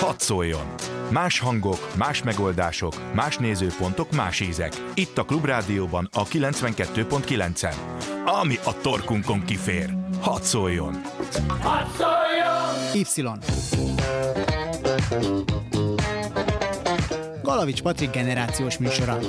Hadd szóljon! Más hangok, más megoldások, más nézőpontok, más ízek. Itt a Klubrádióban a 92.9-en. Ami a torkunkon kifér. Hadd szóljon! Hadd szóljon! Y. Galavics Patrik generációs műsora.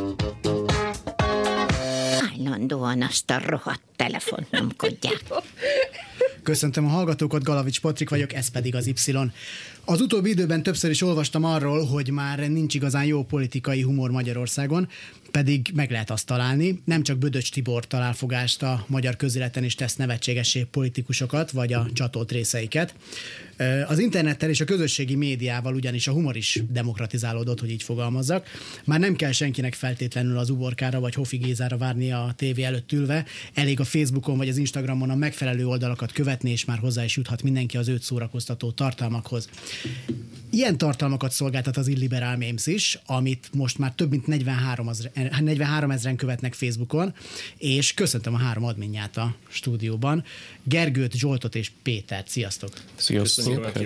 Állandóan azt a rohadt telefont nyomkodják. Köszöntöm a hallgatókat, Galavics Patrik vagyok, ez pedig az Y. Az utóbbi időben többször is olvastam arról, hogy már nincs igazán jó politikai humor Magyarországon, pedig meg lehet azt találni. Nem csak Bödöcs Tibor talál fogást a magyar közéleten és tesz nevetségessé politikusokat, vagy a csatolt részeiket. Az internettel és a közösségi médiával ugyanis a humor is demokratizálódott, hogy így fogalmazzak. Már nem kell senkinek feltétlenül az Uborkára vagy Hofi Gézára várni a tévé előtt ülve, elég a Facebookon vagy az Instagramon a megfelelő oldalakat követni, és már hozzá is juthat mindenki az őt szórakoztató tartalmakhoz. Ilyen tartalmakat szolgáltat az Illiberál Memes is, amit most már több mint 43 ezeren követnek Facebookon, és köszöntöm a 3 adminját a stúdióban. Gergőt, Zsoltot és Pétert. Sziasztok! Sziasztok!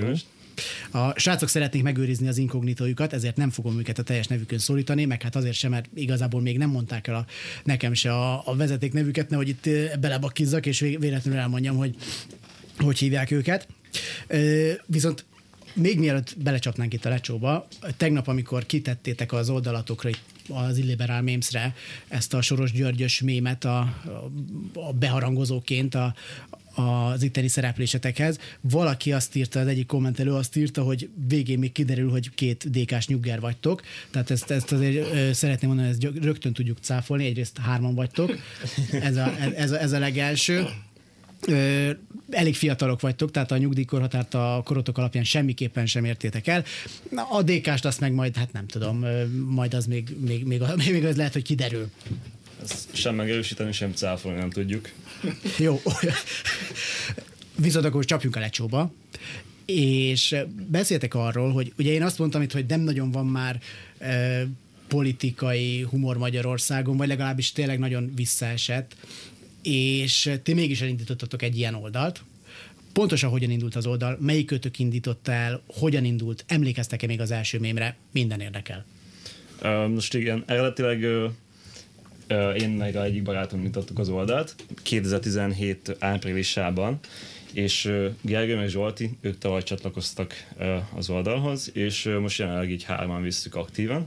A srácok szeretnék megőrizni az inkognitójukat, ezért nem fogom őket a teljes nevükön szólítani, meg hát azért sem, mert igazából még nem mondták el nekem se a vezeték nevüket, nehogy itt belebakkizzak, és véletlenül elmondjam, hogy hívják őket. Viszont még mielőtt belecsapnánk itt a lecsóba, tegnap, amikor kitettétek az oldalatokra, az Illiberál Memesre ezt a Soros Györgyös mémet a beharangozóként az itteni szereplésetekhez, valaki azt írta, az egyik kommentelő azt írta, hogy végén még kiderül, hogy 2 DK-s nyugger vagytok. Tehát ezt azért szeretném mondani, ezt rögtön tudjuk cáfolni, egyrészt 3-an vagytok. Ez a legelső. Elég fiatalok vagytok, tehát a nyugdíjkorhatárt a korotok alapján semmiképpen sem értétek el. A DK-st azt meg majd, hát nem tudom, majd az még az lehet, hogy kiderül. Ezt sem megerősíteni, sem cáfolni nem tudjuk. Jó. Viszont akkor csapjunk a lecsóba. És beszéltek arról, hogy ugye én azt mondtam itt, hogy nem nagyon van már politikai humor Magyarországon, vagy legalábbis tényleg nagyon visszaesett, és ti mégis elindítottatok egy ilyen oldalt. Pontosan hogyan indult az oldal, melyikőtök indította el, hogyan indult, emlékeztek-e még az első mémre? Minden érdekel. Most igen, eredetileg én meg egyik barátom indítottuk az oldalt 2017 áprilisában, és Gergő meg Zsolti, ők tavaly csatlakoztak az oldalhoz, és most jelenleg így 3-an visszük aktívan.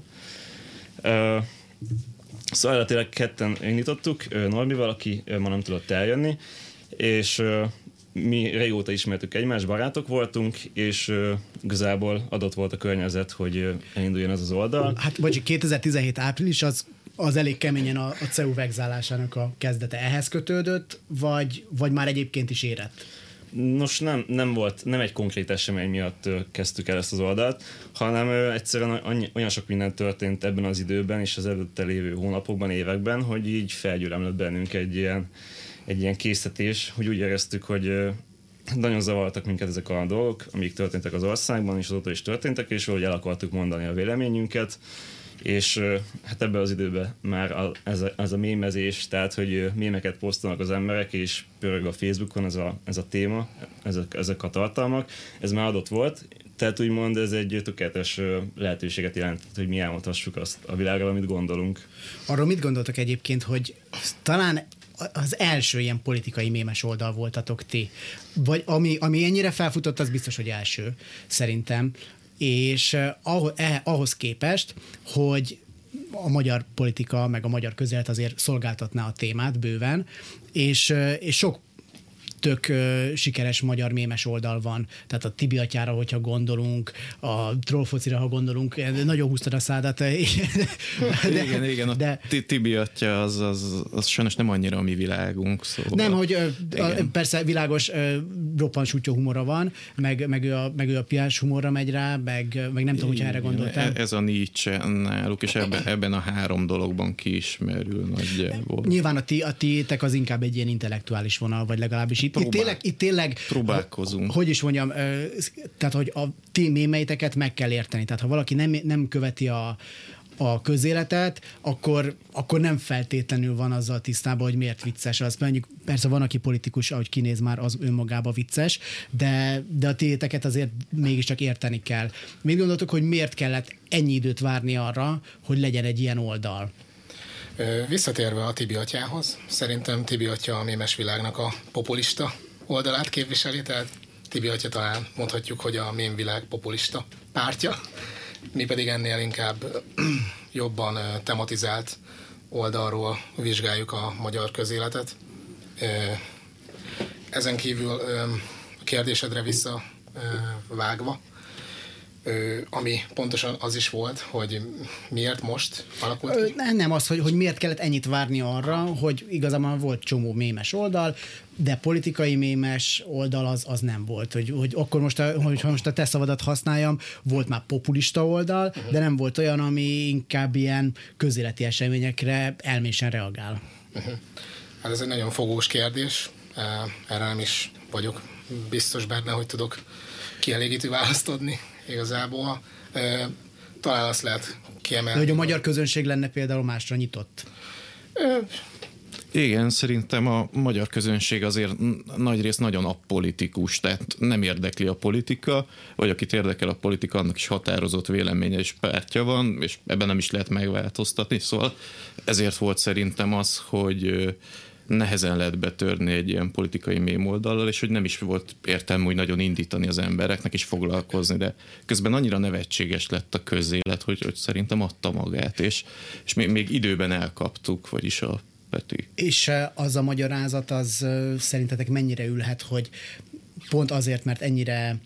Szóval eredetileg 2-en indítottuk, Norbival, aki ma nem tudott eljönni, és mi régóta ismertük egymást, barátok voltunk, és igazából adott volt a környezet, hogy elinduljon ez az oldal. Hát bocsi, 2017 április az elég keményen a CEU vegzálásának a kezdete. Ehhez kötődött, vagy már egyébként is érett? Nos, nem egy konkrét esemény miatt kezdtük el ezt az oldalt, hanem egyszerűen olyan sok minden történt ebben az időben és az előtte lévő hónapokban, években, hogy így felgyülemlett bennünk egy ilyen késztetés, hogy úgy éreztük, hogy nagyon zavartak minket ezek a dolgok, amik történtek az országban, és azóta is történtek, és valahogy el akartuk mondani a véleményünket, és hát ebben az időben már ez a mémezés, tehát hogy mémeket posztolnak az emberek, és pörög a Facebookon ez a téma, ezek a tartalmak, ez már adott volt, tehát úgymond ez egy tökéletes lehetőséget jelentett, hogy mi elmondhassuk azt a világra, amit gondolunk. Arról mit gondoltak egyébként, hogy talán az első ilyen politikai mémes oldal voltatok ti? Vagy ami ennyire felfutott, az biztos, hogy első, szerintem. És ahhoz képest, hogy a magyar politika, meg a magyar közélet azért szolgáltatná a témát bőven, és sok tök sikeres magyar mémes oldal van. Tehát a Tibi atyára, hogyha gondolunk, a Trollfocira, ha gondolunk, nagyon húztad a szádat. Igen, a Tibi atya az sajnos nem annyira a mi világunk. Szóval. Nem, hogy persze világos, roppant sútyó humora van, meg ő a piás humorra megy rá, meg nem tudom, hogyha erre gondoltál. Ez a Nietzsche náluk, és ebben a 3 dologban kiismerül nagyjából. Nyilván a tiétek az inkább egy ilyen intellektuális vonal, vagy legalábbis itt tényleg próbálkozunk. Hogy is mondjam, tehát hogy a ti mémeiteket meg kell érteni. Tehát ha valaki nem követi a közéletet, akkor nem feltétlenül van azzal tisztában, hogy miért vicces az. Mondjuk persze van, aki politikus, ahogy kinéz már, az önmagában vicces, de a tiéteket azért mégiscsak érteni kell. Mit gondoltok, hogy miért kellett ennyi időt várni arra, hogy legyen egy ilyen oldal? Visszatérve a Tibi atyához, szerintem Tibi atya a mémes világnak a populista oldalát képviseli, tehát Tibi atya talán mondhatjuk, hogy a mémvilág populista pártja. Mi pedig ennél inkább jobban tematizált oldalról vizsgáljuk a magyar közéletet. Ezen kívül a kérdésedre visszavágva, ami pontosan az is volt, hogy miért most alakult ki? Nem az, hogy miért kellett ennyit várni arra, hogy igazából volt csomó mémes oldal, de politikai mémes oldal az nem volt. Hogy akkor most a te szavadat használjam, volt már populista oldal, de nem volt olyan, ami inkább ilyen közéleti eseményekre elmésen reagál. Hát ez egy nagyon fogós kérdés. Erre nem is vagyok biztos benne, hogy tudok kielégítő választ adni igazából. Talán azt lehet kiemelni. De hogy a magyar közönség lenne például másra nyitott? Igen, szerintem a magyar közönség azért nagyrészt nagyon apolitikus, tehát nem érdekli a politika, vagy akit érdekel a politika, annak is határozott véleménye és pártja van, és ebben nem is lehet megváltoztatni, szóval ezért volt szerintem az, hogy nehezen lehet betörni egy ilyen politikai mém oldallal, és hogy nem is volt értelme úgy nagyon indítani az embereknek is foglalkozni, de közben annyira nevetséges lett a közélet, hogy szerintem adta magát, és még időben elkaptuk, vagyis a Peti. És az a magyarázat, az szerintetek mennyire ülhet, hogy pont azért, mert ennyire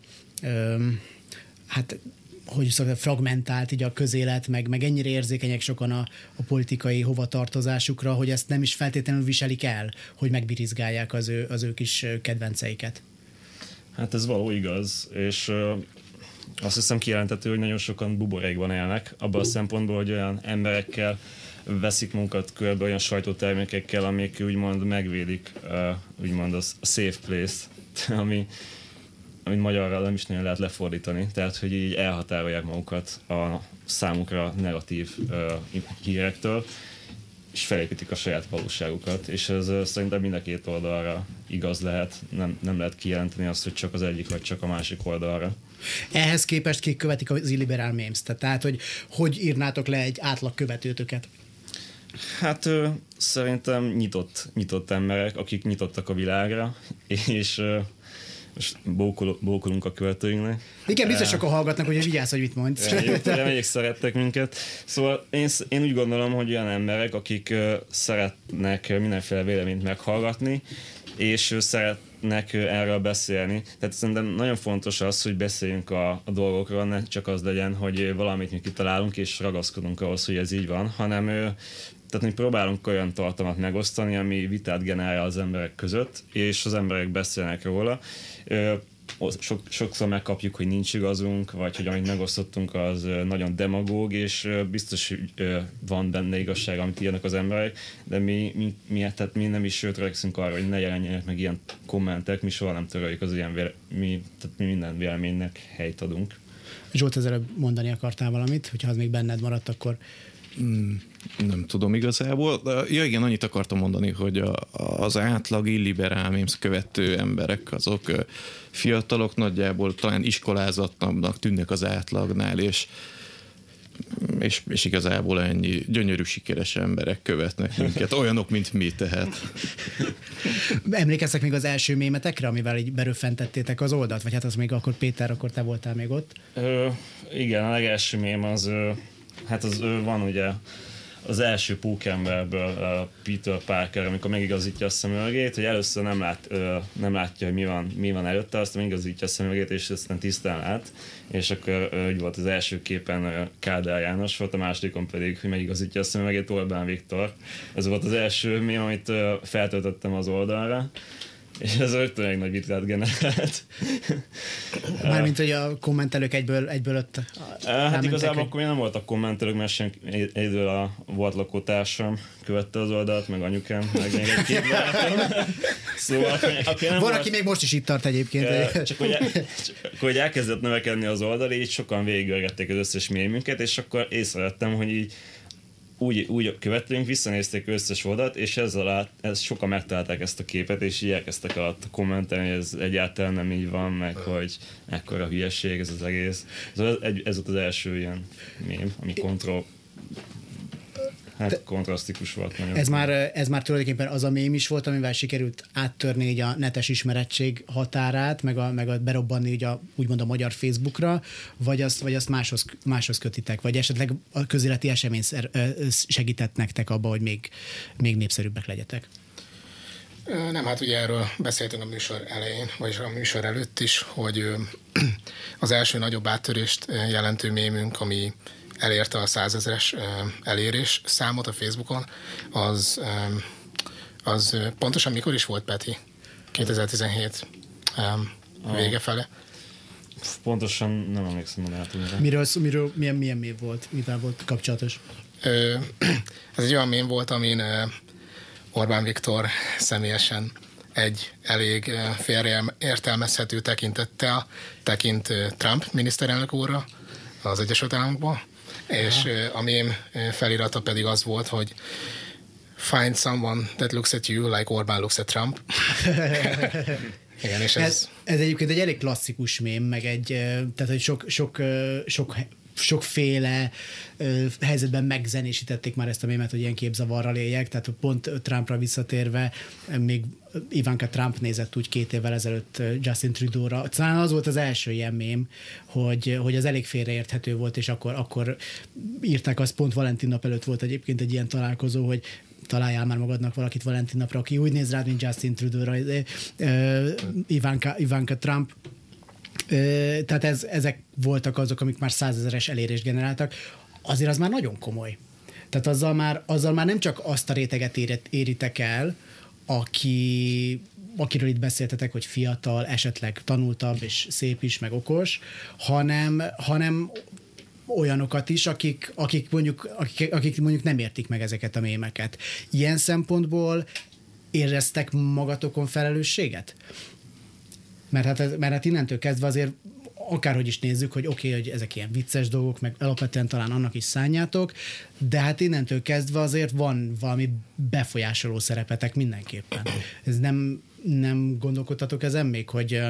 fragmentált így a közélet, meg ennyire érzékenyek sokan a politikai hovatartozásukra, hogy ezt nem is feltétlenül viselik el, hogy megbirizgálják az ő kis kedvenceiket. Hát ez való igaz, és azt hiszem kijelentető, hogy nagyon sokan buborékban élnek, abban a szempontból, hogy olyan emberekkel veszik munkat körbe, olyan sajtótermékekkel, amik úgymond megvédik úgymond a safe place, amit magyarra nem is nagyon lehet lefordítani, tehát hogy így elhatárolják magukat a számukra negatív hírektől, és felépítik a saját valóságukat, és ez szerintem mind a két oldalra igaz lehet, nem lehet kijelenteni azt, hogy csak az egyik vagy csak a másik oldalra. Ehhez képest kik követik az illiberál mémst? Tehát, hogy írnátok le egy átlag követőtöket? Hát szerintem nyitott emberek, akik nyitottak a világra, és most bókolunk a követőinknek. Igen, biztos sokan hallgatnak, hogy vigyázz, hogy mit mondsz. Reméljük szerettek minket. Szóval én úgy gondolom, hogy olyan emberek, akik szeretnek mindenféle véleményt meghallgatni, és szeretnek erről beszélni. Tehát szerintem nagyon fontos az, hogy beszéljünk a dolgokról, ne csak az legyen, hogy valamit mi kitalálunk, és ragaszkodunk ahhoz, hogy ez így van, hanem tehát mi próbálunk olyan tartalmat megosztani, ami vitát generál az emberek között, és az emberek beszélnek róla. Sokszor megkapjuk, hogy nincs igazunk, vagy hogy amit megosztottunk, az nagyon demagóg, és biztos, hogy van benne igazság, amit írnak az emberek, de mi nem is törekszünk arra, hogy ne jelenjenek meg ilyen kommentek, mi soha nem töröljük az ilyen tehát mi minden véleménynek helyt adunk. Zsolt, ezzel mondani akartál valamit, hogyha az még benned maradt, akkor... Nem tudom igazából. Ja igen, annyit akartam mondani, hogy az átlag illiberál mémsz követő emberek, azok fiatalok, nagyjából talán iskolázattabbnak tűnnek az átlagnál, és igazából ennyi gyönyörű, sikeres emberek követnek minket, olyanok, mint mi tehát. Emlékeztek még az első mémetekre, amivel így beröffentettétek az oldalt? Vagy hát az még akkor Péter, akkor te voltál még ott? Igen, a legelső mém az... Hát van ugye az első pókemberből Peter Parker, amikor megigazítja a szemüvegét, hogy először nem látja, hogy mi van előtte, aztán megigazítja a szemüvegét, és aztán tisztán lát, és akkor úgy volt az első képen Kádár János volt, a másodikon pedig, hogy megigazítja a szemüvegét Orbán Viktor. Ez volt az első mém, amit feltöltöttem az oldalra, és ez rögtön egy nagy vitát generált. Mármint, hogy a kommentelők egyből ott... Hát igazából akkor nem voltak kommentelők, mert egyedül volt lakótársam követte az oldalt, meg anyukám, meg még egy-két barátom. Szóval, Van, aki még most is itt tart egyébként. Csak hogy elkezdett növekedni az oldal, így sokan végigörgették az összes mémünket, és akkor észrevettem, hogy így úgy követőink visszanézték összes oldalt, és ezzel sokan megtalálták ezt a képet, és így elkezdtek alatt kommentelni, hogy ez egyáltalán nem így van, meg hogy ekkora hülyeség ez az egész. Ez volt az első ilyen mém, ami kontrasztikus volt nagyon. Ez már tulajdonképpen az a mém is volt, amivel sikerült áttörni így a netes ismerettség határát, meg a berobbanni így úgymond a magyar Facebookra, vagy azt máshoz kötitek, vagy esetleg a közéleti esemény segített nektek abba, hogy még népszerűbbek legyetek? Nem, hát ugye erről beszéltünk a műsor elején, vagyis a műsor előtt is, hogy az első nagyobb áttörést jelentő mémünk, ami elérte a 100 000-es elérés számot a Facebookon, az pontosan mikor is volt, Peti? 2017 vége fele? Pontosan nem emlékszem a dátumra. Milyen mém volt? Mivel volt kapcsolatos? Ez egy olyan mém volt, amin Orbán Viktor személyesen egy elég félreértelmezhető tekintettel tekint Trump miniszterelnök úrra az Egyesült Államokban, és a mém felirata pedig az volt, hogy find someone that looks at you like Orbán looks at Trump. Igen, és ez egyébként egy elég klasszikus mém, meg tehát hogy sokféle helyzetben megzenésítették már ezt a mémet, hogy ilyen képzavarral éljek, tehát pont Trumpra visszatérve, még Ivanka Trump nézett úgy 2 évvel ezelőtt Justin Trudeau-ra. Talán az volt az első ilyen mém, hogy az elég félreérthető volt, és akkor írták azt, pont Valentin nap előtt volt egyébként egy ilyen találkozó, hogy találjál már magadnak valakit Valentin napra, aki úgy néz rád, mint Justin Trudeau-ra, Ivanka Trump. Tehát ezek voltak azok, amik már 100 000-es elérést generáltak. Azért az már nagyon komoly. Tehát azzal már nem csak azt a réteget éritek el, akiről itt beszéltetek, hogy fiatal, esetleg tanultabb és szép is, meg okos, hanem olyanokat is, akik mondjuk nem értik meg ezeket a mémeket. Ilyen szempontból éreztek magatokon felelősséget? Mert hát innentől kezdve azért akárhogy is nézzük, hogy oké, hogy ezek ilyen vicces dolgok, meg alapvetően talán annak is szánjátok, de hát innentől kezdve azért van valami befolyásoló szerepetek mindenképpen. Ez nem gondolkodtatok ezen még, hogy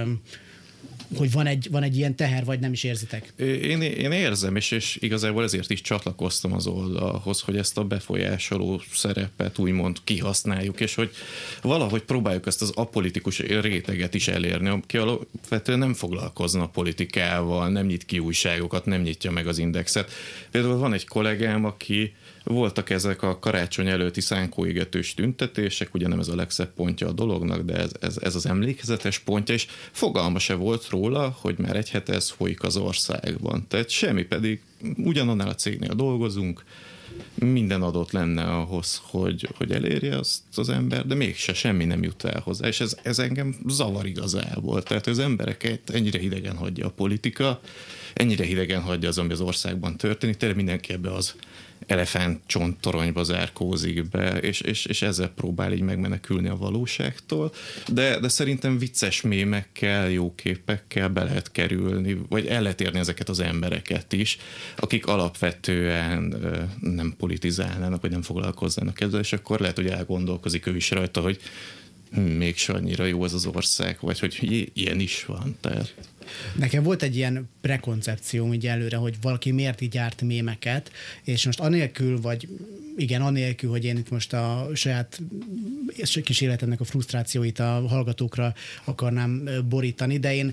van egy ilyen teher, vagy nem is érzitek? Én érzem, és igazából ezért is csatlakoztam az oldalhoz, hogy ezt a befolyásoló szerepet úgymond kihasználjuk, és hogy valahogy próbáljuk ezt az apolitikus réteget is elérni, aki alapvetően nem foglalkozna a politikával, nem nyit ki újságokat, nem nyitja meg az Indexet. Például van egy kollégám, aki voltak ezek a karácsony előtti szánkóégetős tüntetések, ugye nem ez a legszebb pontja a dolognak, de ez az emlékezetes pontja, és fogalma se volt róla, hogy már egy hete ez folyik az országban. Tehát semmi, pedig ugyanannál a cégnél dolgozunk, minden adott lenne ahhoz, hogy elérje azt az ember, de mégse semmi nem jut el hozzá, és ez engem zavar igazából. Tehát az embereket ennyire hidegen hagyja a politika, ennyire hidegen hagyja az, ami az országban történik, tényleg mindenki ebbe az elefántcsonttoronyba zárkózik be, és ezzel próbál így megmenekülni a valóságtól, de szerintem vicces mémekkel, jó képekkel be lehet kerülni, vagy el lehet érni ezeket az embereket is, akik alapvetően nem politizálnának, vagy nem foglalkoznának ezzel, és akkor lehet, hogy elgondolkozik ő is rajta, hogy mégse annyira jó ez az ország, vagy hogy ilyen is van. Tehát. Nekem volt egy ilyen prekoncepcióm így előre, hogy valaki miért így gyárt mémeket, és most anélkül, hogy én itt most a saját kis életemnek a frusztrációit a hallgatókra akarnám borítani, de én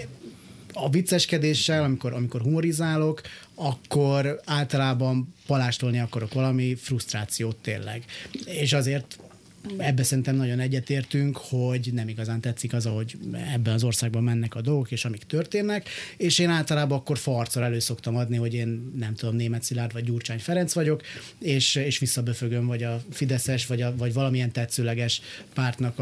a vicceskedéssel, amikor humorizálok, akkor általában palástolni akarok valami frusztrációt tényleg. És azért ebben szerintem nagyon egyetértünk, hogy nem igazán tetszik az, ahogy ebben az országban mennek a dolgok, és amik történnek, és én általában akkor farccal elő szoktam adni, hogy én nem tudom, Németh Szilárd vagy Gyurcsány Ferenc vagyok, és visszaböfögöm vagy a fideszes, vagy valamilyen tetszőleges pártnak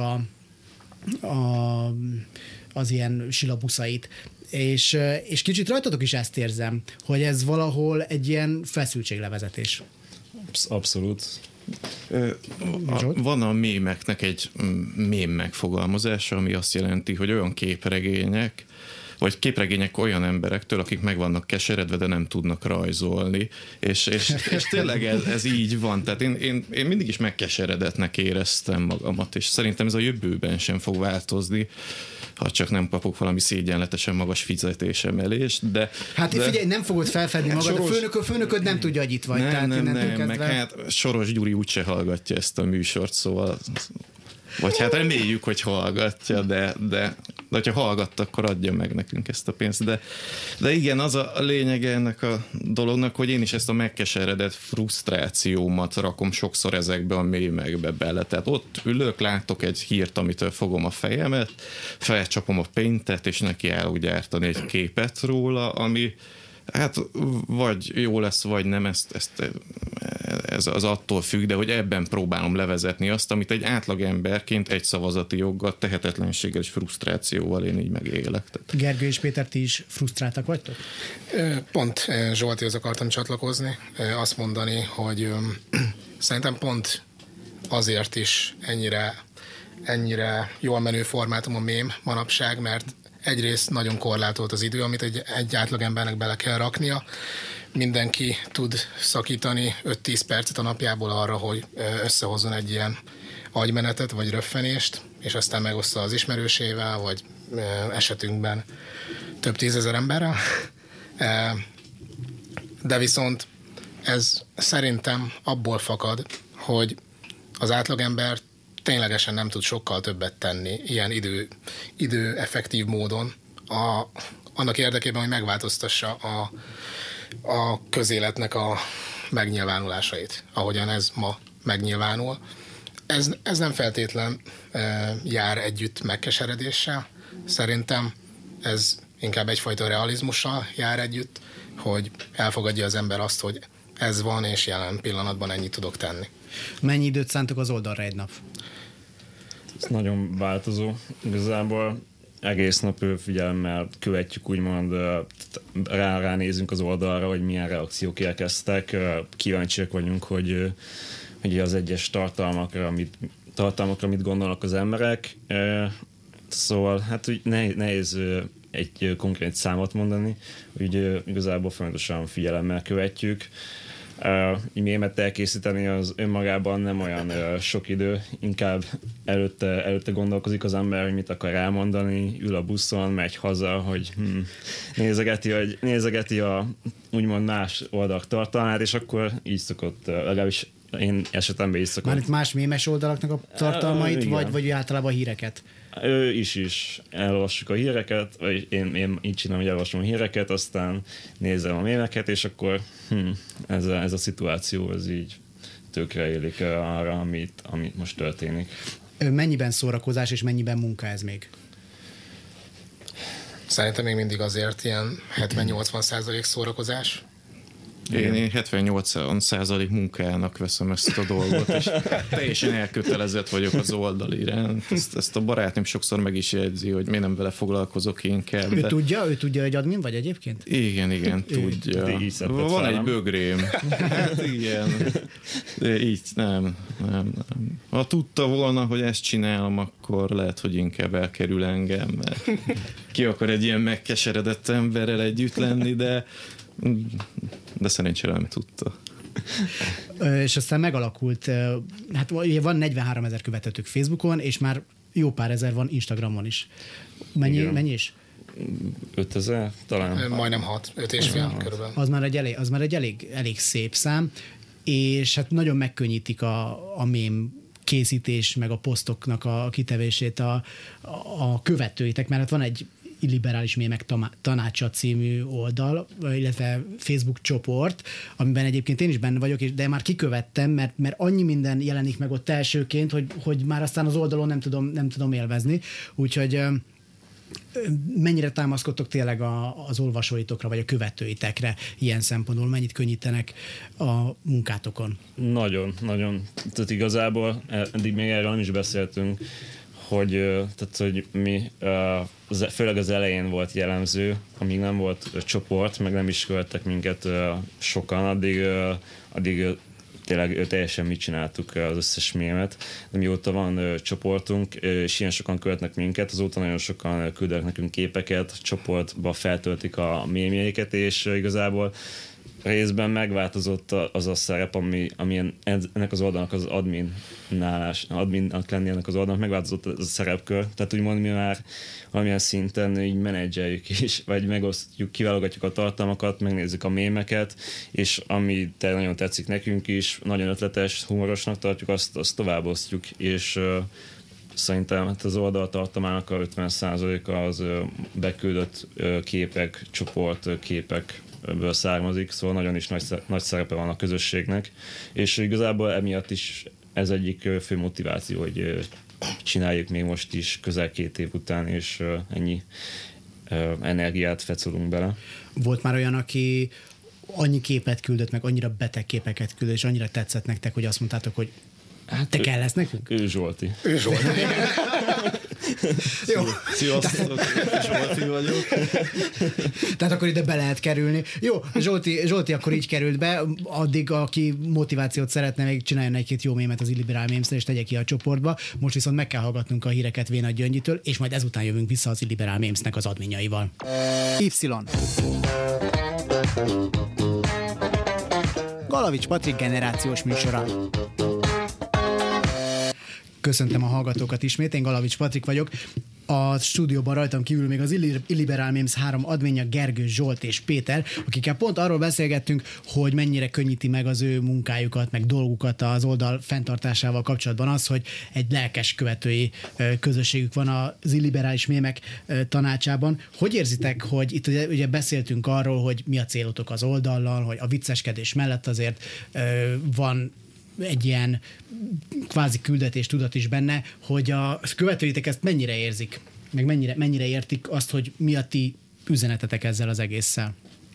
az ilyen silabuszait. És kicsit rajtatok is ezt érzem, hogy ez valahol egy ilyen feszültséglevezetés. Abszolút. Van a mémeknek egy mém megfogalmazása, ami azt jelenti, hogy olyan képregények, vagy képregények olyan emberektől, akik meg vannak keseredve, de nem tudnak rajzolni. És tényleg ez így van. Tehát én mindig is megkeseredetnek éreztem magamat, és szerintem ez a jövőben sem fog változni, ha csak nem kapok valami szégyenletesen magas fizetésemelést, de... Hát figyelj, nem fogod felfedni magad, a főnököd nem tudja, hogy itt vagy. Nem, meg hát Soros Gyuri úgyse hallgatja ezt a műsort, szóval... Vagy hát reméljük, hogy hallgatja, de hogyha hallgatta, akkor adja meg nekünk ezt a pénzt. De igen, az a lényege ennek a dolognak, hogy én is ezt a megkeseredett frusztrációmat rakom sokszor ezekbe a mémekbe bele. Tehát ott ülök, látok egy hírt, amitől fogom a fejemet, felcsapom a paintet, és neki úgy gyártani egy képet róla, ami hát vagy jó lesz, vagy nem, ez az attól függ, de hogy ebben próbálom levezetni azt, amit egy átlagemberként egy szavazati joggal, tehetetlenséggel és frusztrációval én így megélek. Gergő és Péter, ti is frusztráltak vagytok? Pont Zsoltihoz akartam csatlakozni, azt mondani, hogy szerintem pont azért is ennyire jól menő formátum a mém manapság, mert egyrészt nagyon korlátolt az idő, amit egy átlagembernek bele kell raknia. Mindenki tud szakítani 5-10 percet a napjából arra, hogy összehozzon egy ilyen agymenetet vagy röffenést, és aztán megoszta az ismerősével, vagy esetünkben több tízezer emberrel. De viszont ez szerintem abból fakad, hogy az átlagember ténylegesen nem tud sokkal többet tenni ilyen idő-effektív módon annak érdekében, hogy megváltoztassa a közéletnek a megnyilvánulásait, ahogyan ez ma megnyilvánul. Ez nem feltétlen jár együtt megkeseredéssel. Szerintem ez inkább egyfajta realizmussal jár együtt, hogy elfogadja az ember azt, hogy ez van, és jelen pillanatban ennyit tudok tenni. Mennyi időt szántok az oldalra egy nap? Ez nagyon változó. Igazából egész nap figyelemmel követjük, úgymond ránézünk az oldalra, hogy milyen reakciók érkeztek. Kíváncsiak vagyunk, hogy az egyes tartalmakra mit gondolnak az emberek. Szóval hát úgy nehéz egy konkrét számot mondani, úgy igazából folyamatosan figyelemmel követjük. Mémet elkészíteni az önmagában nem olyan sok idő, inkább előtte gondolkozik az ember, hogy mit akar elmondani, ül a buszon, megy haza, hogy nézegeti a úgymond más oldalak tartalmát, és akkor így szokott, legalábbis én esetemben is szokott. Már más mémes oldalaknak a tartalmait, vagy általában a híreket? Ő is elolvassuk a híreket, vagy én így csinálom, hogy elolvasom a híreket, aztán nézem a mémeket, és akkor ez a szituáció, ez így tökre élik arra, amit most történik. Mennyiben szórakozás, és mennyiben munka ez még? Szerintem még mindig azért ilyen 70-80% szórakozás. Én 78% munkának veszem ezt a dolgot, és teljesen elkötelezett vagyok az oldal iránt. Ezt a barátnőm sokszor meg is jegyzi, hogy miért nem vele foglalkozok inkább. Ő tudja, hogy admin vagy egyébként? Igen, tudja. Van egy bögrém. Hát igen. De így nem. Ha tudta volna, hogy ezt csinálom, akkor lehet, hogy inkább elkerül engem, mert ki akar egy ilyen megkeseredett emberrel együtt lenni, de szerencsére nem tudta. És aztán megalakult, hát van 43 000 követőtök Facebookon, és már jó pár ezer van Instagramon is. Mennyi is? 5000 talán? Majdnem 5,5 körülbelül. Az már egy elég szép szám, és hát nagyon megkönnyítik a mém készítés, meg a posztoknak a kitevését a követőitek, mert hát van egy illiberális mémek tanácsa című oldal, illetve Facebook csoport, amiben egyébként én is benne vagyok, de már kikövettem, mert annyi minden jelenik meg ott elsőként, hogy már aztán az oldalon nem tudom élvezni. Úgyhogy mennyire támaszkodtok tényleg az olvasóitokra, vagy a követőitekre ilyen szempontból? Mennyit könnyítenek a munkátokon? Nagyon. Tehát igazából eddig még erről nem is beszéltünk, hogy mi főleg az elején volt jellemző, amíg nem volt csoport, meg nem is követtek minket sokan, addig tényleg teljesen mit csináltuk az összes mémet. De mióta van csoportunk, és ilyen sokan követnek minket, azóta nagyon sokan küldenek nekünk képeket, csoportba feltöltik a mémjeiket, és igazából részben megváltozott az a szerep, ami ennek az oldalnak az adminnak lenni ennek az oldalnak, megváltozott az a szerepkör. Tehát úgymond mi már valamilyen szinten így menedzseljük is, vagy megosztjuk, kiválogatjuk a tartalmakat, megnézzük a mémeket, és ami nagyon tetszik nekünk is, nagyon ötletes, humorosnak tartjuk, azt továbbosztjuk, és szerintem hát az oldal tartalmának a 50%-a az beküldött képek, csoport képekből származik, szóval nagyon is nagy szerepe van a közösségnek, és igazából emiatt is ez egyik fő motiváció, hogy csináljuk még most is közel 2 év után, és ennyi energiát fecolunk bele. Volt már olyan, aki annyi képet küldött, meg annyira beteg képeket küldött, és annyira tetszett nektek, hogy azt mondtátok, hogy te kell lesz nekünk? Ő Zsolti. Jó. Sziasztok, Zsolti vagyok. Tehát akkor ide be lehet kerülni. Jó, Zsolti akkor így került be, addig, aki motivációt szeretne, még csináljon egy-két jó mémet az Illiberál Mémszel, és tegye ki a csoportba. Most viszont meg kell hallgatnunk a híreket Vénagy Gyöngyitől, és majd ezután jövünk vissza az Illiberál Mémsnek az adminjaival. Y. Galavics Patrik generációs műsora. Köszöntöm a hallgatókat ismét, én Galavics Patrik vagyok. A stúdióban rajtam kívül még az Illiberál Mémsz 3 adminja Gergő, Zsolt és Péter, akikkel pont arról beszélgettünk, hogy mennyire könnyíti meg az ő munkájukat, meg dolgukat az oldal fenntartásával kapcsolatban az, hogy egy lelkes követői közösségük van az illiberális mémek tanácsában. Hogy érzitek, hogy itt ugye beszéltünk arról, hogy mi a célotok az oldallal, hogy a vicceskedés mellett azért van egy ilyen kvázi küldetés tudat is benne, hogy a követőitek ezt mennyire érzik, meg mennyire értik azt, hogy mi a ti üzenetetek ezzel az egésszel.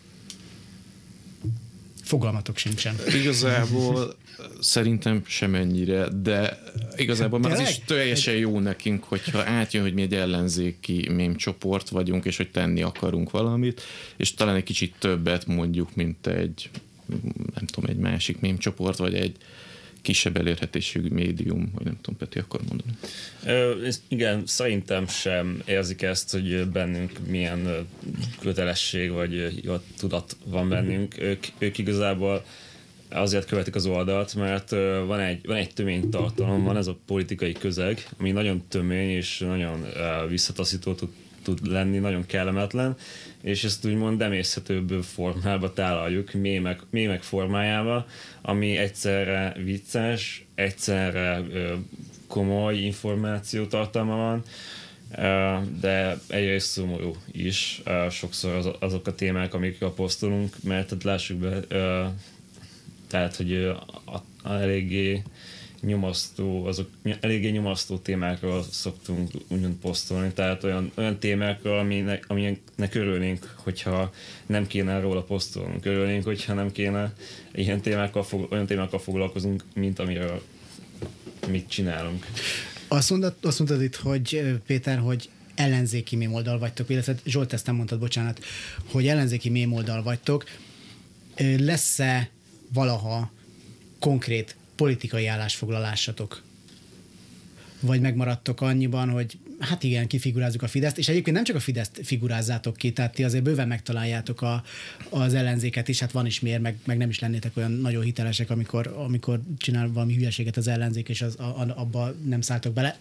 Fogalmatok sincsen. Igazából szerintem semennyire, de igazából már az is teljesen jó nekünk, hogyha átjön, hogy mi egy ellenzéki mém csoport vagyunk, és hogy tenni akarunk valamit, és talán egy kicsit többet mondjuk, mint egy, nem tudom, egy másik mém csoport, vagy egy kisebb elérhetésű médium, vagy nem tudom, Peti akar mondani. Igen, szerintem sem érzik ezt, hogy bennünk milyen kötelesség, vagy tudat van bennünk. Ők igazából azért követik az oldalt, mert van egy tömény tartalom, van ez a politikai közeg, ami nagyon tömény és nagyon visszataszító tud lenni, nagyon kellemetlen, és ezt úgymond emészhetőbb formába tálaljuk, mémek formájába, ami egyszerre vicces, egyszerre komoly információ tartalma van, de egyrészt szomorú is sokszor azok a témák, amikről posztolunk, mert lássuk be, tehát, hogy eléggé nyomasztó témákról szoktunk úgymond posztolni, tehát olyan témákról, aminek örülnénk, hogyha nem kéne róla posztolnunk, örülnénk, hogyha nem kéne olyan témákkal foglalkozunk, mint amiről mit csinálunk. Azt mondtad itt, hogy Péter, hogy ellenzéki mémoldal vagytok, illetve Zsolt, ezt nem mondtad, bocsánat, hogy ellenzéki mémoldal vagytok. Lesz-e valaha konkrét politikai állásfoglalásatok? Vagy megmaradtok annyiban, hogy hát igen, kifigurázzuk a Fideszt, és egyébként nem csak a Fideszt figurázzátok ki, tehát ti azért bőven megtaláljátok az ellenzéket is, hát van is miért, meg nem is lennétek olyan nagyon hitelesek, amikor csinál valami hülyeséget az ellenzék, és abba nem szálltok bele.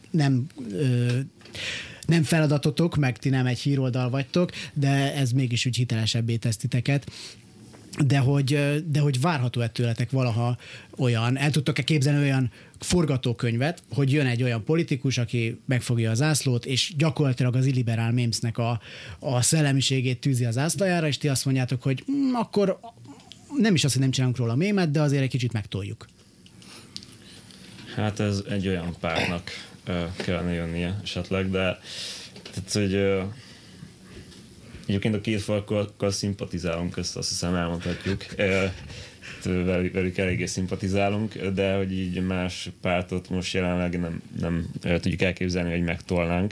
Nem feladatotok, meg ti nem egy híroldal vagytok, de ez mégis úgy hitelesebbé tesz titeket. De hogy várható-e tőletek valaha olyan, el tudtok-e képzelni olyan forgatókönyvet, hogy jön egy olyan politikus, aki megfogja a zászlót, és gyakorlatilag az Illiberál Mémsznek a szellemiségét tűzi az zászlajára, és ti azt mondjátok, hogy akkor nem is az, hogy nem csinálunk róla mémet, de azért egy kicsit megtoljuk. Hát ez egy olyan pártnak kellene jönnie esetleg, de tehát, hogy egyébként a két farkkal szimpatizálunk, ezt azt hiszem elmondhatjuk. Velük eléggé szimpatizálunk, de hogy így más pártot most jelenleg nem tudjuk elképzelni, hogy megtolnánk.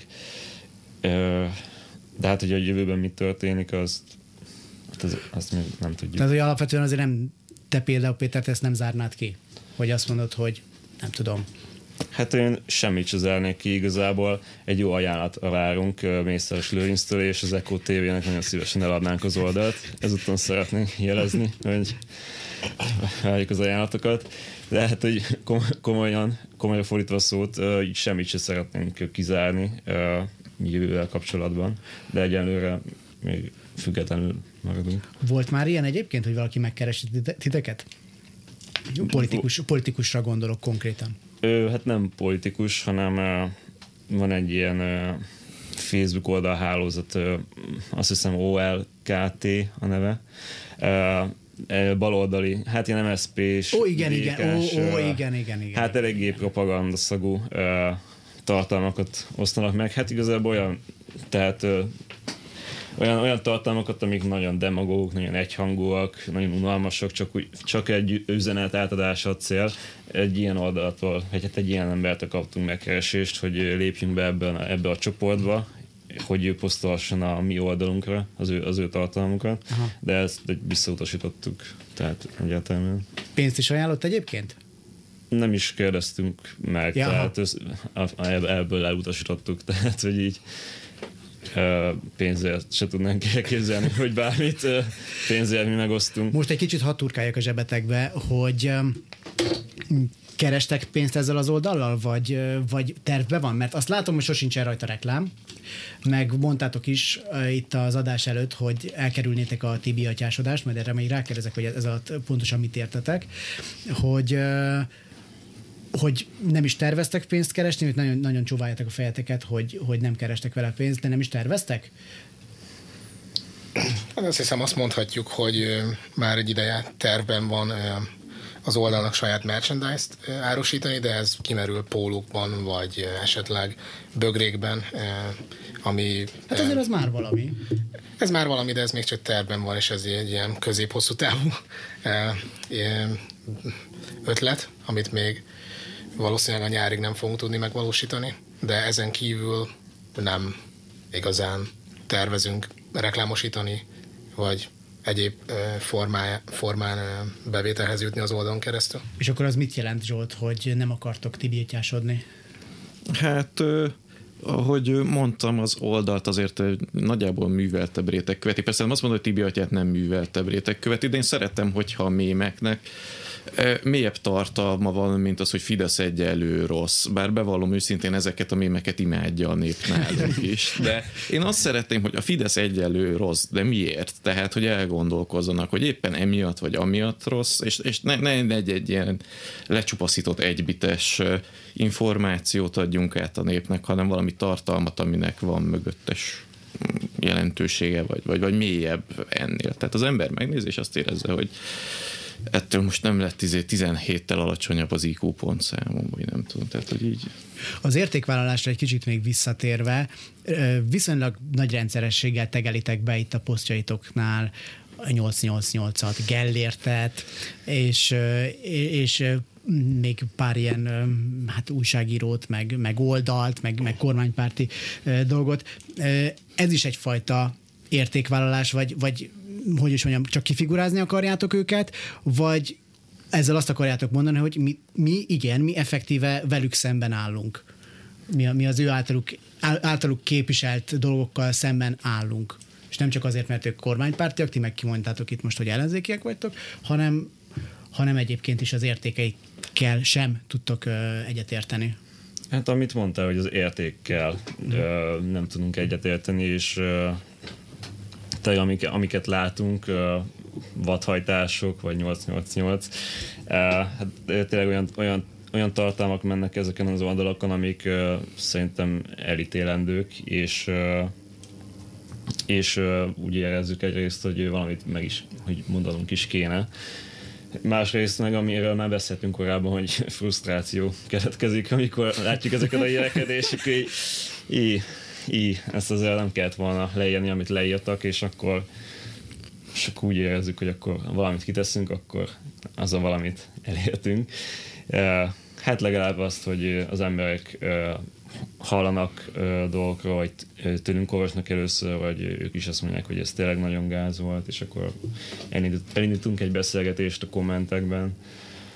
De hát, hogy a jövőben mi történik, azt még nem tudjuk. Tehát, hogy alapvetően azért nem, te például Péter, te ezt nem zárnád ki? hogy azt mondod, hogy nem tudom. Hát én semmit sem zárnék ki igazából. Egy jó ajánlatra várunk Mészáros Lőrinctől, és az Echo TV-nek nagyon szívesen eladnánk az oldalt. Ezúton szeretnénk jelezni, hogy várjuk az ajánlatokat. De hát, hogy komolyan fordítva a szót, így semmit sem szeretnénk kizárni jövővel kapcsolatban, de egyelőre még függetlenül maradunk. Volt már ilyen egyébként, hogy valaki megkeresi titeket? Politikusra gondolok konkrétan. Hát nem politikus, hanem van egy ilyen Facebook oldalhálózat, azt hiszem OLKT a neve, baloldali, hát ilyen MSZP-s, igen. Hát eléggé propagandaszagú tartalmakat osztanak meg. Hát igazából olyan, tehát olyan tartalmakat, amik nagyon demagógok, nagyon egyhangúak, nagyon unalmasak, csak egy üzenet átadása a cél. Egy ilyen oldaltól, vagy hát egy ilyen embertől kaptunk megkeresést, hogy lépjünk be ebbe a csoportba, hogy ő posztolhasson a mi oldalunkra az ő tartalmukat, de ezt visszautasítottuk, tehát egyáltalán. Pénzt is ajánlott egyébként? Nem is kérdeztünk meg, tehát ebből elutasítottuk, tehát hogy így pénzért se tudnánk elképzelni, hogy bármit pénzért mi megosztunk. Most egy kicsit hadd turkáljak a zsebetekbe, hogy kerestek pénzt ezzel az oldallal, vagy tervbe van? Mert azt látom, hogy sosincsen rajta reklám, meg mondtátok is itt az adás előtt, hogy elkerülnétek a Tibi atyásodást, majd erre még rákérdezek, hogy ez alatt pontosan mit értetek, hogy nem is terveztek pénzt keresni, hogy nagyon, nagyon csóváljátok a fejeteket, hogy nem kerestek vele pénzt, de nem is terveztek? Hát azt hiszem, azt mondhatjuk, hogy már egy ideje tervben van az oldalnak saját merchandise-t árusítani, de ez kimerül pólókban, vagy esetleg bögrékben, ami... Hát azért az már valami. Ez már valami, de ez még csak tervben van, és ez egy ilyen közép-hosszú távú ötlet, amit még valószínűleg a nyárig nem fogunk tudni megvalósítani, de ezen kívül nem igazán tervezünk reklámosítani, vagy egyéb formán bevételhez jutni az oldalon keresztül. És akkor az mit jelent, Zsolt, hogy nem akartok tibiatyásodni? Hát, ahogy mondtam, az oldalt azért nagyjából műveltebb réteg követi. Persze nem azt mondom, hogy Tibi atyát nem műveltebb réteg követi, de én szeretem, hogyha a mémeknek mélyebb tartalma van, mint az, hogy Fidesz egyenlő rossz. Bár bevallom őszintén, ezeket a mémeket imádja a nép nálunk is. De én azt szeretném, hogy a Fidesz egyenlő rossz, de miért? Tehát, hogy elgondolkozzanak, hogy éppen emiatt vagy amiatt rossz, és ne egy ilyen lecsupaszított egybites információt adjunk át a népnek, hanem valami tartalmat, aminek van mögöttes jelentősége, vagy mélyebb ennél. Tehát az ember megnézi, és azt érezze, hogy ettől most nem lett 17-tel alacsonyabb az IQ pontszámom, vagy nem tudom, tehát hogy így. Az értékvállalásra egy kicsit még visszatérve, viszonylag nagy rendszerességgel tegelitek be itt a posztjaitoknál 888-at, Gellértet, és még pár ilyen újságírót, meg oldalt, meg kormánypárti dolgot. Ez is egyfajta értékvállalás, vagy hogy is mondjam, csak kifigurázni akarjátok őket, vagy ezzel azt akarjátok mondani, hogy mi effektíve velük szemben állunk. Mi az ő általuk képviselt dolgokkal szemben állunk. És nem csak azért, mert ők kormánypártiak, ti meg kimondtátok itt most, hogy ellenzékiek vagytok, hanem egyébként is az értékeikkel sem tudtok egyetérteni. Hát amit mondtál, hogy az értékkel nem tudunk egyetérteni, és amiket látunk, vadhajtások, vagy 888, hát tényleg olyan tartalmak mennek ezeken az oldalakon, amik szerintem elítélendők, és úgy érezzük egyrészt, hogy valamit meg is, hogy mondanunk is kéne. Másrészt meg, amiről már beszéltünk korábban, hogy frusztráció keletkezik, amikor látjuk ezeket a jeleket, és ezt azért nem kellett volna leírni, amit leírtak, és akkor úgy érezzük, hogy akkor valamit kiteszünk, akkor azzal valamit elértünk. Hát legalább azt, hogy az emberek hallanak dolgokról, vagy tőlünk olvasnak először, vagy ők is azt mondják, hogy ez tényleg nagyon gáz volt, és akkor elindítunk egy beszélgetést a kommentekben.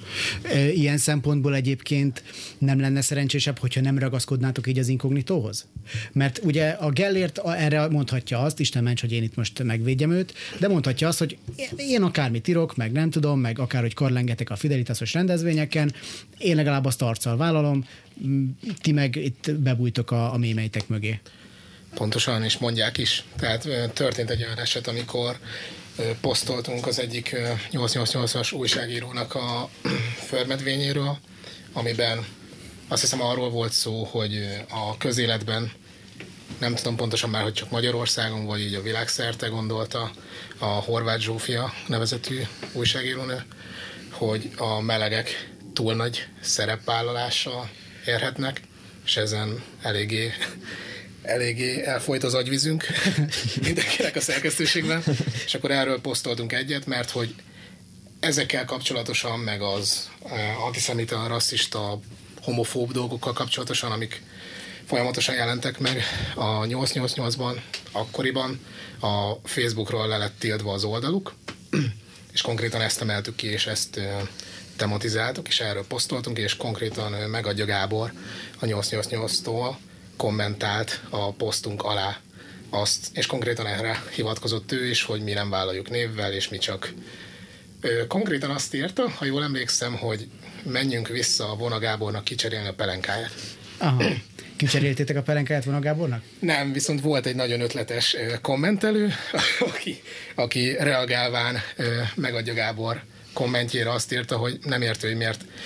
Ilyen szempontból egyébként nem lenne szerencsésebb, hogyha nem ragaszkodnátok így az inkognitóhoz? Mert ugye a Gellért erre mondhatja azt, Isten ments, hogy én itt most megvédjem őt, de mondhatja azt, hogy én akármit írok, meg nem tudom, meg akárhogy karlengetek a Fidelitásos rendezvényeken, én legalább azt arccal vállalom, ti meg itt bebújtok a mémeitek mögé. Pontosan, és mondják is. Tehát történt egy olyan eset, amikor posztoltunk az egyik 888-as újságírónak a förmedvényéről, amiben azt hiszem arról volt szó, hogy a közéletben, nem tudom pontosan már, hogy csak Magyarországon, vagy így a világszerte gondolta a Horváth Zsófia nevezetű újságírónő, hogy a melegek túl nagy szerepvállalással érhetnek, és ezen eléggé elfolyt az agyvízünk mindenkinek a szerkesztőségben, és akkor erről posztoltunk egyet, mert hogy ezekkel kapcsolatosan, meg az antiszemita, rasszista, homofób dolgokkal kapcsolatosan, amik folyamatosan jelentek meg a 888-ban, akkoriban a Facebookról le lett tiltva az oldaluk, és konkrétan ezt emeltük ki, és ezt tematizáltuk, és erről posztoltunk, és konkrétan Megadja Gábor a 888-tól kommentált a posztunk alá azt, és konkrétan erre hivatkozott ő is, hogy mi nem vállaljuk névvel, és mi csak konkrétan azt írta, ha jól emlékszem, hogy menjünk vissza a Vona Gábornak kicserélni a pelenkáját. Aha. Kicseréltétek a pelenkáját Vona Gábornak? Nem, viszont volt egy nagyon ötletes kommentelő, aki reagálván Megadja Gábor kommentjére azt írta, hogy nem értő, hogy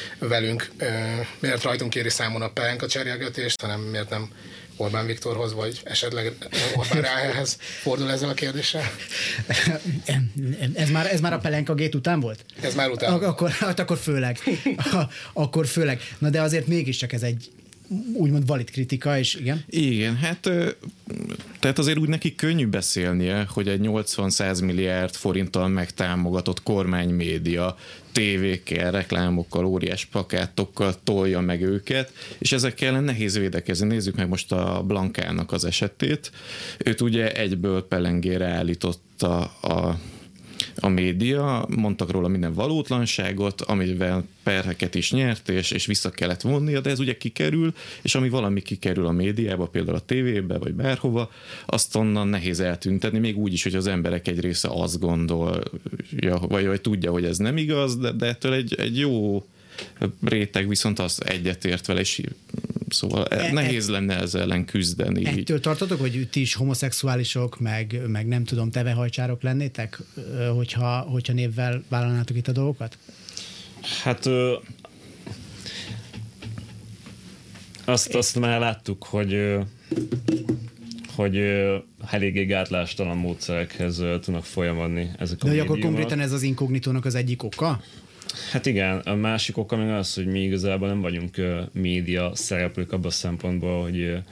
miért rajtunk kéri számon a pelenka cserélgetést, hanem miért nem Orbán Viktorhoz, vagy esetleg Orbán Ráhelhez fordul ezzel a kérdéssel. Ez már a Pelenka gét után volt? Ez már után. Akkor főleg. Akkor főleg. Na de azért mégiscsak ez egy úgymond valid kritika, és igen? Igen, hát tehát azért úgy neki könnyű beszélnie, hogy egy 80-100 milliárd forinttal megtámogatott kormánymédia tévékkel, reklámokkal, óriás plakátokkal tolja meg őket, és ezekkel ellen nehéz védekezni. Nézzük meg most a Blankának az esetét. Őt ugye egyből pelengére állította a média, mondtak róla minden valótlanságot, amivel perheket is nyert, és vissza kellett vonnia, de ez ugye kikerül, és ami valami kikerül a médiába, például a tévébe, vagy bárhova, azt onnan nehéz eltüntetni, még úgy is, hogy az emberek egy része azt gondolja, vagy tudja, hogy ez nem igaz, de ettől egy jó réteg viszont az egyetért vele, és szóval nehéz lenne ezzel ellen küzdeni. Ettől tartotok, hogy ti is homoszexuálisok, meg nem tudom, tevehajcsárok lennétek, hogyha névvel vállalnátok itt a dolgokat? Hát azt már láttuk, hogy eléggé gátlástalan módszerekhez tudnak folyamodni ezek a médiumok. De akkor konkrétan ez az inkognitónak az egyik oka? Hát igen, a másik oka még az, hogy mi igazából nem vagyunk média szereplők abban a szempontból,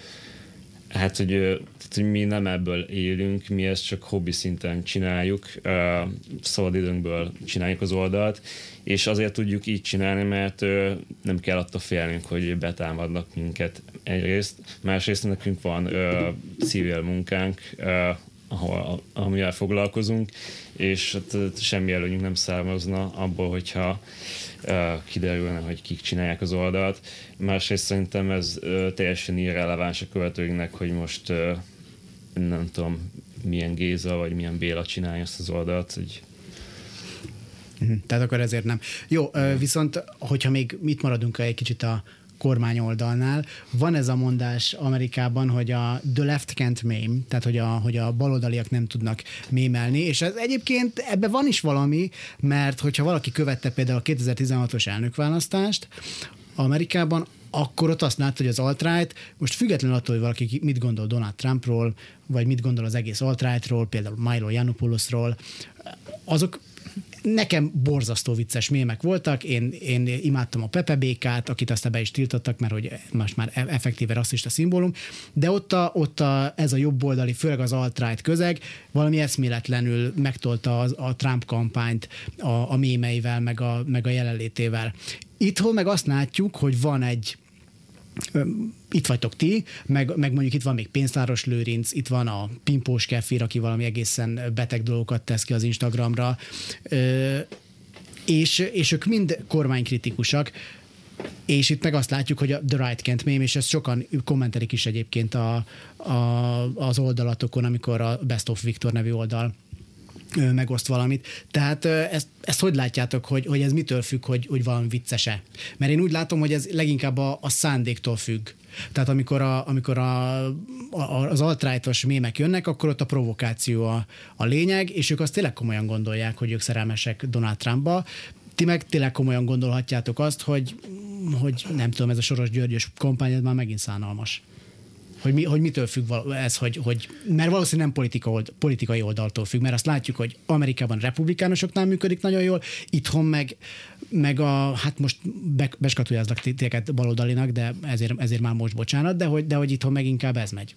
hogy mi nem ebből élünk, mi ezt csak hobbi szinten csináljuk, szabadidőnkből csináljuk az oldalt, és azért tudjuk így csinálni, mert nem kell attól félnünk, hogy betámadnak minket egyrészt. Másrészt nekünk van civil munkánk, amivel foglalkozunk, és semmi előnyünk nem származna abból, hogyha kiderülne, hogy kik csinálják az oldalt. Másrészt szerintem ez teljesen irreleváns a követőinknek, hogy most nem tudom, milyen Géza vagy milyen Béla csinálja ezt az oldalt. Hogy... Tehát akkor ezért nem. Jó, viszont hogyha még mit maradunk egy kicsit a kormányoldalnál, van ez a mondás Amerikában, hogy a the left can't meme, tehát hogy a baloldaliak nem tudnak mémelni, és ez egyébként ebben van is valami, mert hogyha valaki követte például a 2016-os elnökválasztást Amerikában, akkor ott azt látta, hogy az alt-right, most függetlenül attól, hogy valaki mit gondol Donald Trumpról, vagy mit gondol az egész alt-rightról, például Milo Yiannopoulosról, azok nekem borzasztó vicces mémek voltak, én imádtam a Pepe békát, akit aztán be is tiltottak, mert hogy most már effektíve rasszista szimbólum, de ott ez a jobboldali, főleg az alt-right közeg valami eszméletlenül megtolta a Trump kampányt a mémeivel, meg a jelenlétével. Itthon meg azt látjuk, hogy van egy itt vagytok ti, meg mondjuk itt van még Pénztáros Lőrinc, itt van a Pimpós Kefir, aki valami egészen beteg dolgokat tesz ki az Instagramra, és ők mind kormánykritikusak, és itt meg azt látjuk, hogy a The Right Can't Meme, és ezt sokan kommentelik is egyébként az oldalatokon, amikor a Best of Viktor nevű oldal megoszt valamit. Tehát ezt hogy látjátok, hogy ez mitől függ, hogy valami vicces-e? Mert én úgy látom, hogy ez leginkább a szándéktól függ. Tehát amikor az alt-rightos mémek jönnek, akkor ott a provokáció a lényeg, és ők azt tényleg komolyan gondolják, hogy ők szerelmesek Donald Trumpba. Ti meg tényleg komolyan gondolhatjátok azt, hogy nem tudom, ez a Soros Györgyös kampány, ez már megint szánalmas. Hogy mitől függ ez, mert valószínűleg nem politikai oldaltól függ, mert azt látjuk, hogy Amerikában republikánusoknál működik nagyon jól, itthon meg hát most beskatujázlak titeket baloldalinak, de ezért már most bocsánat, de hogy itthon meg inkább ez megy.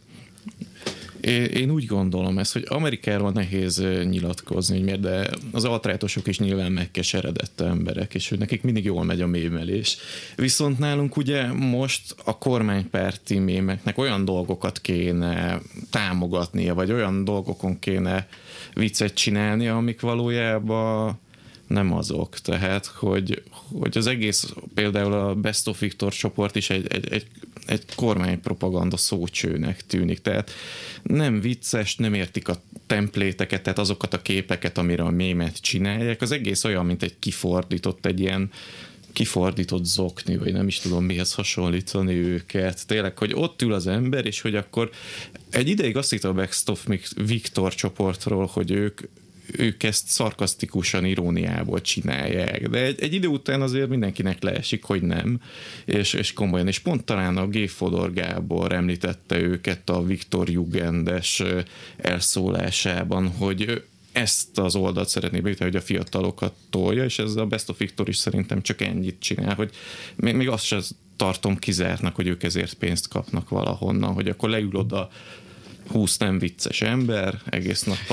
Én úgy gondolom ezt, hogy Amerikáról nehéz nyilatkozni, hogy miért, de az altrájtosok is nyilván megkeseredett emberek, és hogy nekik mindig jól megy a mémelés. Viszont nálunk ugye most a kormánypárti mémeknek olyan dolgokat kéne támogatnia, vagy olyan dolgokon kéne viccet csinálnia, amik valójában nem azok. Tehát, hogy az egész, például a Best of Viktor csoport is egy kormánypropaganda szócsőnek tűnik. Tehát nem vicces, nem értik a templéteket, tehát azokat a képeket, amire a mémet csinálják. Az egész olyan, mint egy ilyen kifordított zokni, vagy nem is tudom mihez hasonlítani őket. Tényleg, hogy ott ül az ember, és hogy akkor egy ideig azt hitt a Best of Viktor csoportról, hogy ők ezt szarkasztikusan, iróniából csinálják. De egy idő után azért mindenkinek leesik, hogy nem, és komolyan. És pont talán a G. Fodor Gábor említette őket a Viktor Jugendes elszólásában, hogy ezt az oldalt szeretné beütni, hogy a fiatalokat tolja, és ez a Best of Viktor is szerintem csak ennyit csinál, hogy még azt sem tartom kizártnak, hogy ők ezért pénzt kapnak valahonnan, hogy akkor leül oda 20 nem vicces ember, egész nap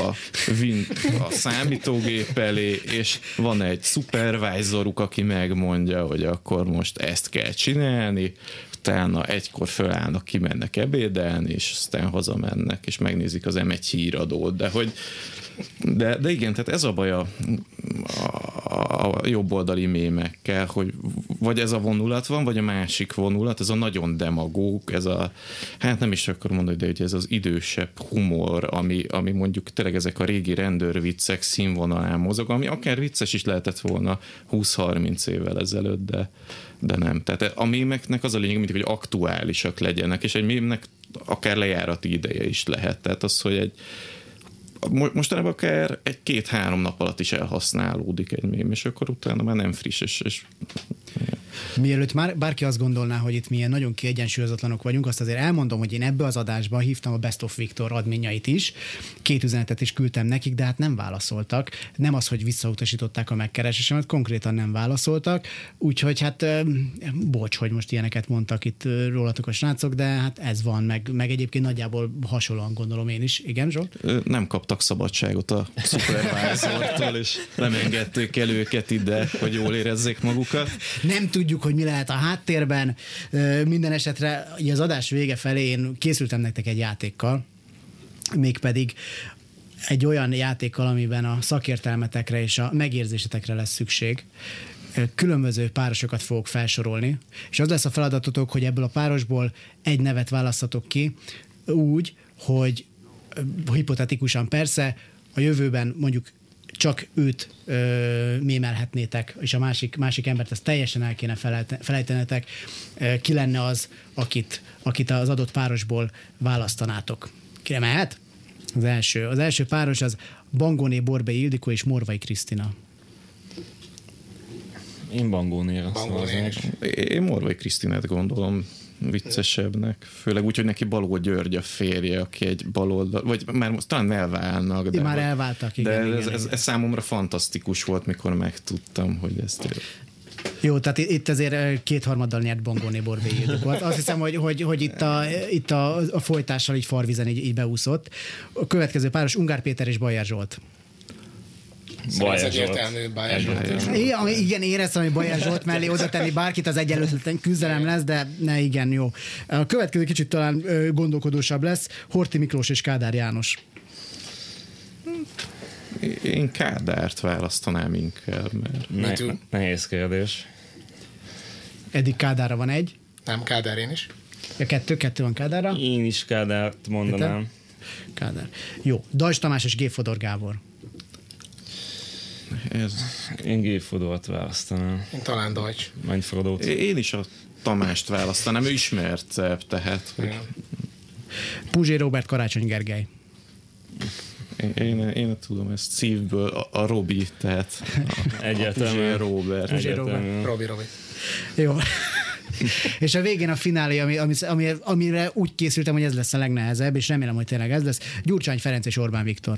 a számítógép elé, és van egy supervisoruk, aki megmondja, hogy akkor most ezt kell csinálni, utána egykor fölállnak, kimennek ebédelni, és aztán hazamennek, és megnézik az M1 híradót, de igen, tehát ez a baj a jobboldali mémekkel, hogy vagy ez a vonulat van, vagy a másik vonulat, ez a nagyon demagóg, hát nem is akkor mondani, de hogy ez az idősebb humor, ami mondjuk tényleg ezek a régi rendőrviccek színvonalán mozog, ami akár vicces is lehetett volna 20-30 évvel ezelőtt, de nem. Tehát a mémeknek az a lényeg, mindig, hogy aktuálisak legyenek, és egy mémnek akár lejárati ideje is lehet. Tehát az, hogy mostanában akár egy 2-3 nap alatt is elhasználódik egy mém, és akkor utána már nem friss, és Mielőtt már bárki azt gondolná, hogy itt milyen nagyon kiegyensúlyozatlanok vagyunk, azt azért elmondom, hogy én ebbe az adásba hívtam a Best of Viktor adminjait is, 2 üzenetet is küldtem nekik, de hát nem válaszoltak. Nem az, hogy visszautasították a megkeresésemet, konkrétan nem válaszoltak, úgyhogy hát bocs, hogy most ilyeneket mondtak itt rólatok a srácok, de hát ez van, meg egyébként nagyjából hasonlóan gondolom én is. Igen, Zsolt? Nem kaptak szabadságot a supervisortól, és nem engedték el őket ide, hogy jól érezzék magukat. Nem tudjuk, hogy mi lehet a háttérben. Minden esetre az adás vége felé én készültem nektek egy játékkal, mégpedig egy olyan játékkal, amiben a szakértelmetekre és a megérzésetekre lesz szükség. Különböző párosokat fogok felsorolni, és az lesz a feladatotok, hogy ebből a párosból egy nevet választatok ki, úgy, hogy hipotetikusan persze a jövőben mondjuk csak őt mémelhetnétek, és a másik embert ezt teljesen el kéne felejtenetek. Ki lenne az, akit az adott párosból választanátok? Kire mehet? Az első páros az Bangóné Borbély Ildikó és Morvai Krisztina. Én Bangónéra szavaznék. Én Morvai Krisztinát gondolom viccesebbnek, főleg úgy, hogy neki Balogh György a férje, aki egy baloldal, vagy már most talán elválnak. De már elváltak, igen. De ez számomra fantasztikus volt, mikor megtudtam, hogy ezt... Jó, tehát itt azért 2/3 nyert Bangóné Borbély Ildikó. Azt hiszem, hogy itt a folytással így farvizen így beúszott. A következő páros Ungár Péter és Bajer Zsolt. Ez egyértelmű Bajer Zsolt. Igen, éreztem, hogy Bajer Zsolt mellé oda tenni bárkit, az egyenlőtlen küzdelem lesz, de ne, igen, jó. A következő kicsit talán gondolkodósabb lesz. Horthy Miklós és Kádár János. Én Kádárt választanám inkább, mert... Nehéz kérdés. Eddig Kádárra van egy. Nem, Kádár én is. Ja, kettő van Kádárra. Én is Kádárt mondanám. Kádár. Jó. Dajs Tamás és G. Fodor Gábor. Én G. Fodort választanám. Én talán Deutsch. Manfredót. Én is a Tamást választanám, ő ismertebb, tehát... Hogy... Puzsé Róbert, Karácsony Gergely. Én tudom ezt szívből, a Robi, tehát Egyértelműen Robert. Robi. Jó. És a végén a finálé, amire úgy készültem, hogy ez lesz a legnehezebb, és remélem, hogy tényleg ez lesz. Gyurcsány Ferenc és Orbán Viktor.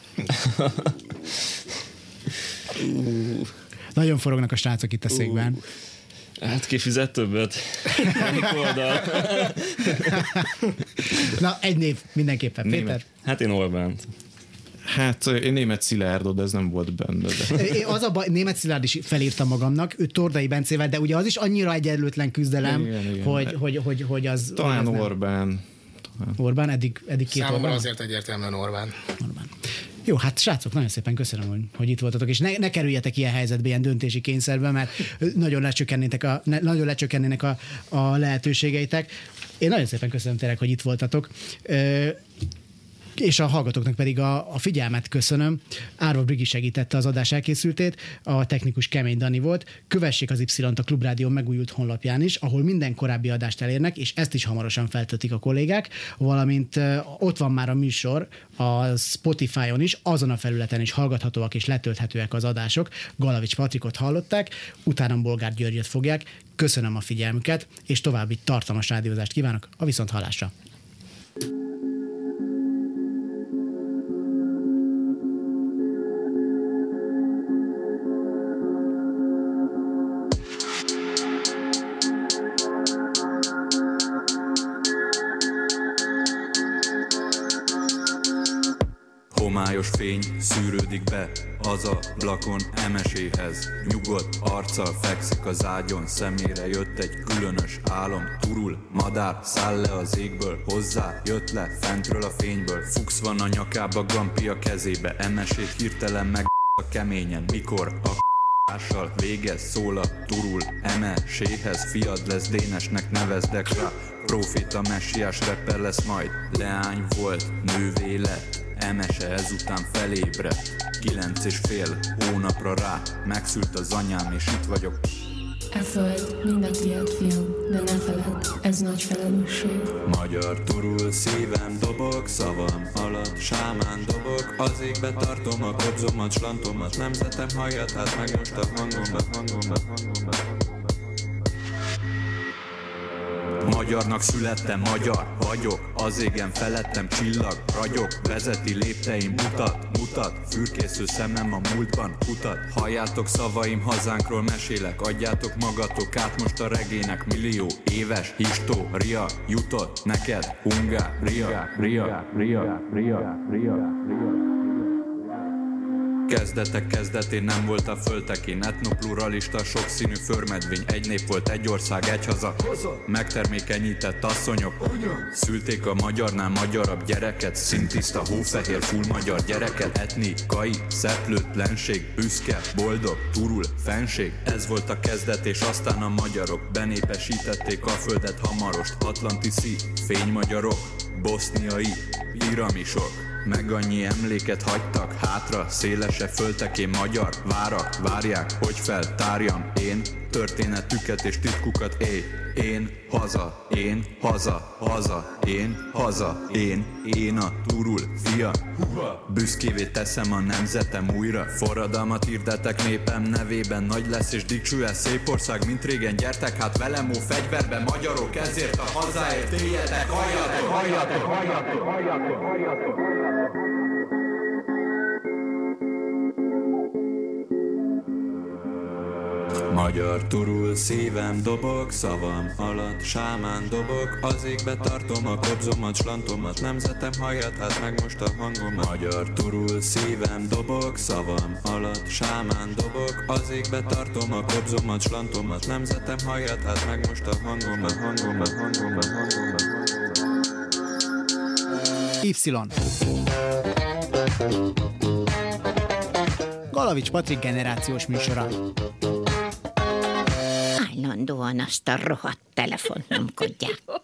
Nagyon forognak a srácok itt a székben. Hát ki fizet többet? Na, egy név mindenképpen. Péter? Hát én Orbánt. Hát én Németh Szilárdot, de ez nem volt benne. De... Az a baj, Németh Szilárd is felírtam magamnak, ő Tordai Bencével, de ugye az is annyira egyenlőtlen küzdelem, igen. Hogy az... Talán az Orbán. Orbán, eddig két Számomra Orbán? azért egyértelműen Orbán. Jó, hát srácok, nagyon szépen köszönöm, hogy itt voltatok, és ne kerüljetek ilyen helyzetbe, ilyen döntési kényszerbe, mert nagyon lecsökkennének a lehetőségeitek. Én nagyon szépen köszönöm tényleg, hogy itt voltatok. És a hallgatóknak pedig a figyelmet köszönöm. Árva Brigi segítette az adás elkészültét, a technikus Kemény Dani volt. Kövessék az Y-t a Klubrádió megújult honlapján is, ahol minden korábbi adást elérnek, és ezt is hamarosan feltöltik a kollégák, valamint ott van már a műsor a Spotify-on is, azon a felületen is hallgathatóak és letölthetőek az adások. Galavics Patrikot hallották, utána Bolgár Györgyöt fogják. Köszönöm a figyelmüket, és további tartalmas rádiózást kívánok a viszonthallásra. Homályos fény szűrődik be az ablakon emeséhez. Nyugodt arccal fekszik az ágyon, szemére jött egy különös álom. Turul, madár, száll le az égből, hozzá jött le fentről a fényből. Fuchs van a nyakába, Gampi a kezébe, emesét hirtelen meg a keményen. Mikor a ással végez, szól a turul emeséhez. Fiad lesz, Dénesnek nevezdek rá, profita messiás rapper lesz majd. Leány volt, nővé lett, emese ezután felébredt. 9,5 hónapra rá megszült az anyám, és itt vagyok. E föld mind a tiéd, fiam, de ne feledd, ez nagy felelősség. Magyar turul, szívem dobog, szavam alatt sámán dobog. Az égbe tartom a kobzomat, slantomat, nemzetem hallgatát, meg most a hangomba. Magyarnak születtem, magyar vagyok, az égen felettem csillag, ragyog, vezeti lépteim, mutat, fürkésző szemem a múltban kutat. Halljátok szavaim, hazánkról mesélek, adjátok magatok át most a regének. Millió éves história jutott neked, Hungária. Kezdetek kezdetén nem volt a földtekén, etnopluralista, sokszínű förmedvény. Egy nép volt, egy ország, egy haza. Megtermékenyített asszonyok szülték a magyarnál magyarabb gyereket. Szintiszta, hófehér, full magyar gyereket. Etnikai szeplőtlenség, büszke, boldog, turul, fenség. Ez volt a kezdet, és aztán a magyarok benépesítették a földet hamarost. Atlantiszi fénymagyarok, boszniai piramisok. Meg annyi emléket hagytak hátra, szélesebb földtekén magyar várak várják, hogy feltárjam én történetüket és titkukat. Én haza, én a turul fia. Büszkévé teszem a nemzetem újra, forradalmat hirdetek népem nevében. Nagy lesz és dicső ez szép ország, mint régen. Gyertek hát velem, ó fegyverbe magyarok, ezért a hazáért éljetek, halljatok. Magyar turul, szívem dobog, szavam alatt sámán dobog. Az égbe tartom a kobzomat, slantomat, nemzetem halljat hát meg most a hangomat. Magyar turul, szívem dobog, szavam alatt sámán dobog. Az égbe tartom a kobzomat, slantomat, nemzetem halljat hát meg most a hangomat. Y. Galavics Patrik generációs műsora. Állandóan azt a rohadt telefont nyomkodják.